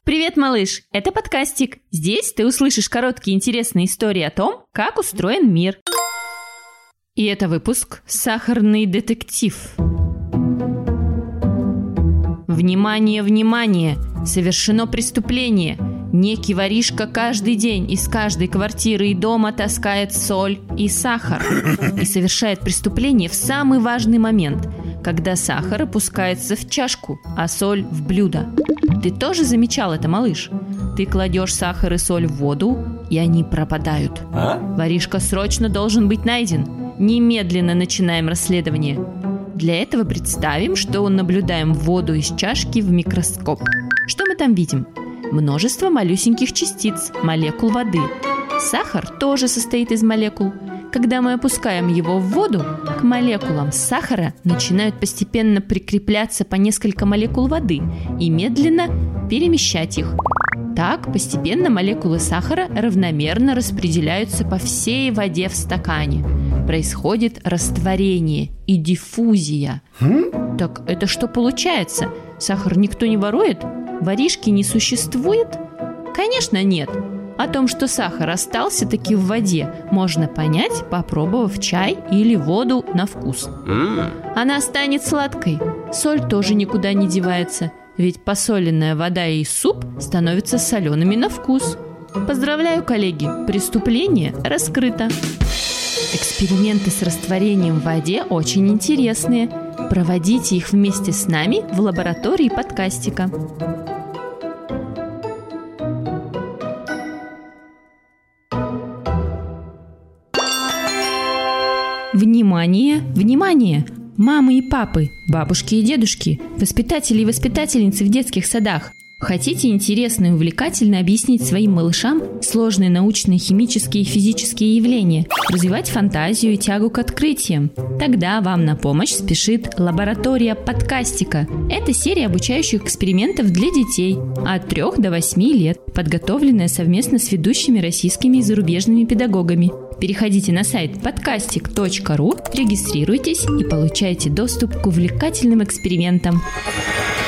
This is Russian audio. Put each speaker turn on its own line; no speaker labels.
Привет, малыш! Это подкастик. Здесь ты услышишь короткие интересные истории о том, как устроен мир. И это выпуск «Сахарный детектив». Внимание, внимание! Совершено преступление. Некий воришка каждый день из каждой квартиры и дома таскает соль и сахар. И совершает преступление в самый важный момент, когда сахар опускается в чашку, а соль в блюдо. Ты тоже замечал это, малыш? Ты кладешь сахар и соль в воду, и они пропадают. Воришка срочно должен быть найден. Немедленно начинаем расследование. Для этого представим, что наблюдаем воду из чашки в микроскоп. Что мы там видим? Множество малюсеньких частиц, молекул воды. Сахар тоже состоит из молекул. Когда мы опускаем его в воду, к молекулам сахара начинают постепенно прикрепляться по несколько молекул воды и медленно перемещать их. Так постепенно молекулы сахара равномерно распределяются по всей воде в стакане. Происходит растворение и диффузия. Так это что получается? Сахар никто не ворует? Воришки не существует? Конечно, нет. О том, что сахар остался таки в воде, можно понять, попробовав чай или воду на вкус. Она станет сладкой. Соль тоже никуда не девается, ведь посоленная вода и суп становятся солеными на вкус. Поздравляю, коллеги, преступление раскрыто. Эксперименты с растворением в воде очень интересные. Проводите их вместе с нами в лаборатории подкастика. Внимание, внимание! Мамы и папы, бабушки и дедушки, воспитатели и воспитательницы в детских садах. Хотите интересно и увлекательно объяснить своим малышам сложные научные, химические и физические явления, развивать фантазию и тягу к открытиям? Тогда вам на помощь спешит лаборатория подкастика. Это серия обучающих экспериментов для детей от 3 до 8 лет, подготовленная совместно с ведущими российскими и зарубежными педагогами. Переходите на сайт podcastic.ru, регистрируйтесь и получайте доступ к увлекательным экспериментам.